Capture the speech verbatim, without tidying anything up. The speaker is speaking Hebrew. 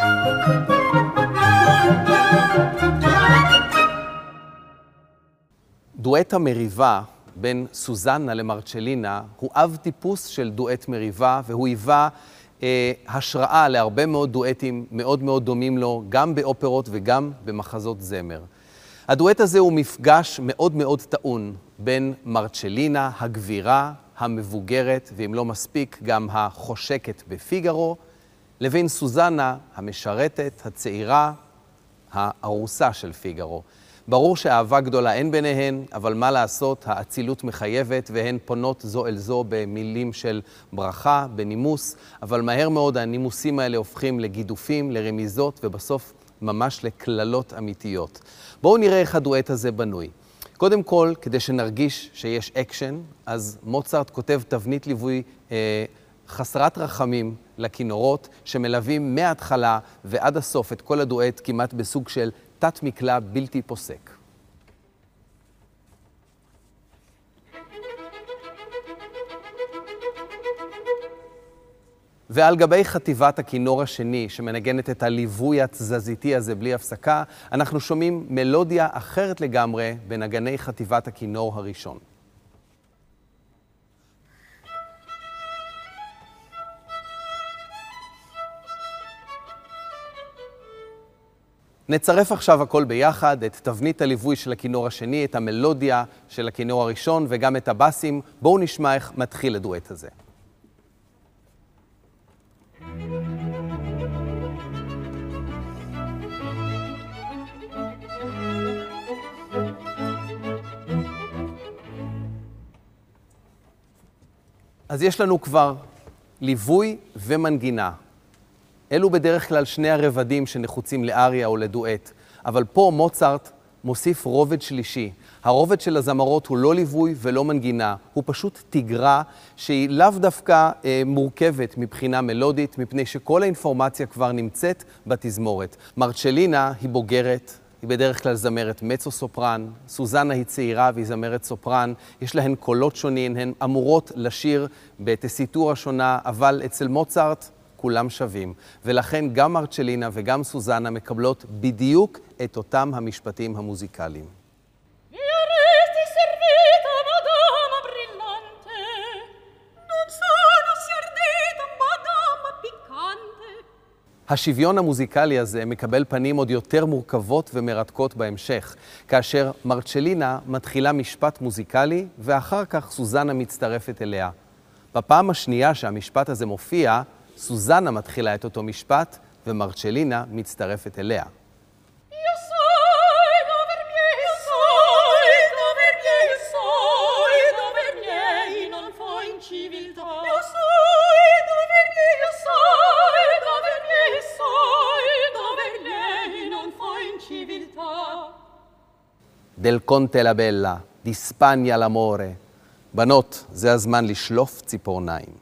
דואט המריבה בין סוזנה למרצ'לינה הוא אב טיפוס של דואט מריבה, והוא היווה אה, השראה להרבה מאוד דואטים מאוד מאוד דומים לו, גם באופרות וגם במחזות זמר. הדואט הזה הוא מפגש מאוד מאוד טעון בין מרצ'לינה, הגבירה, המבוגרת, ואם לא מספיק, גם החושקת בפיגארו, לבין סוזנה, המשרתת, הצעירה, הארוסה של פיגארו. ברור שהאהבה גדולה אין ביניהן, אבל מה לעשות, האצילות מחייבת, והן פונות זו אל זו במילים של ברכה, בנימוס, אבל מהר מאוד הנימוסים האלה הופכים לגידופים, לרמיזות, ובסוף ממש לכללות אמיתיות. בואו נראה איך הדואט הזה בנוי. קודם כל, כדי שנרגיש שיש אקשן, אז מוצרט כותב תבנית ליווי אה, חסרת רחמים לכינורות, שמלווים מההתחלה ועד הסוף את כל הדואט כמעט בסוג של תת מקלע בלתי פוסק. ועל גבי חטיבת הכינור השני, שמנגנת את הליווי התזזיתי הזה בלי הפסקה, אנחנו שומעים מלודיה אחרת לגמרי בנגני חטיבת הכינור הראשון. נצרף עכשיו הכל ביחד, את תבנית הליווי של הכינור השני, את המלודיה של הכינור הראשון וגם את הבאסים. בואו נשמע איך מתחיל הדואט הזה. אז יש לנו כבר ליווי ומנגינה. אלו בדרך כלל שני הרבדים שנחוצים לאריה או לדואט, אבל פה מוצרט מוסיף רובד שלישי. הרובד של הזמרות הוא לא ליווי ולא מנגינה, הוא פשוט תגרה שהיא לאו דווקא אה, מורכבת מבחינה מלודית, מפני שכל האינפורמציה כבר נמצאת בתזמורת. מרצ'לינה היא בוגרת, היא בדרך כלל זמרת מצו סופרן, סוזנה היא צעירה והיא זמרת סופרן, יש להן קולות שונים, הן אמורות לשיר בטסיטורה שונה, אבל אצל מוצרט כולם שווים, ולכן גם מרצ'לינה וגם סוזנה מקבלות בדיוק את אותם המשפטים המוזיקליים. השוויון המוזיקלי הזה מקבל פנים עוד יותר מורכבות ומרתקות בהמשך, כאשר מרצ'לינה מתחילה משפט מוזיקלי ואחר כך סוזנה מצטרפת אליה. בפעם השנייה שהמשפט הזה מופיע, סוזנה מתחילה את אותו משפט, ומרצ'לינה מצטרפת אליה. Del Conte la Bella, di Spagna l'amore. בנות, זה הזמן לשלוף ציפורניים.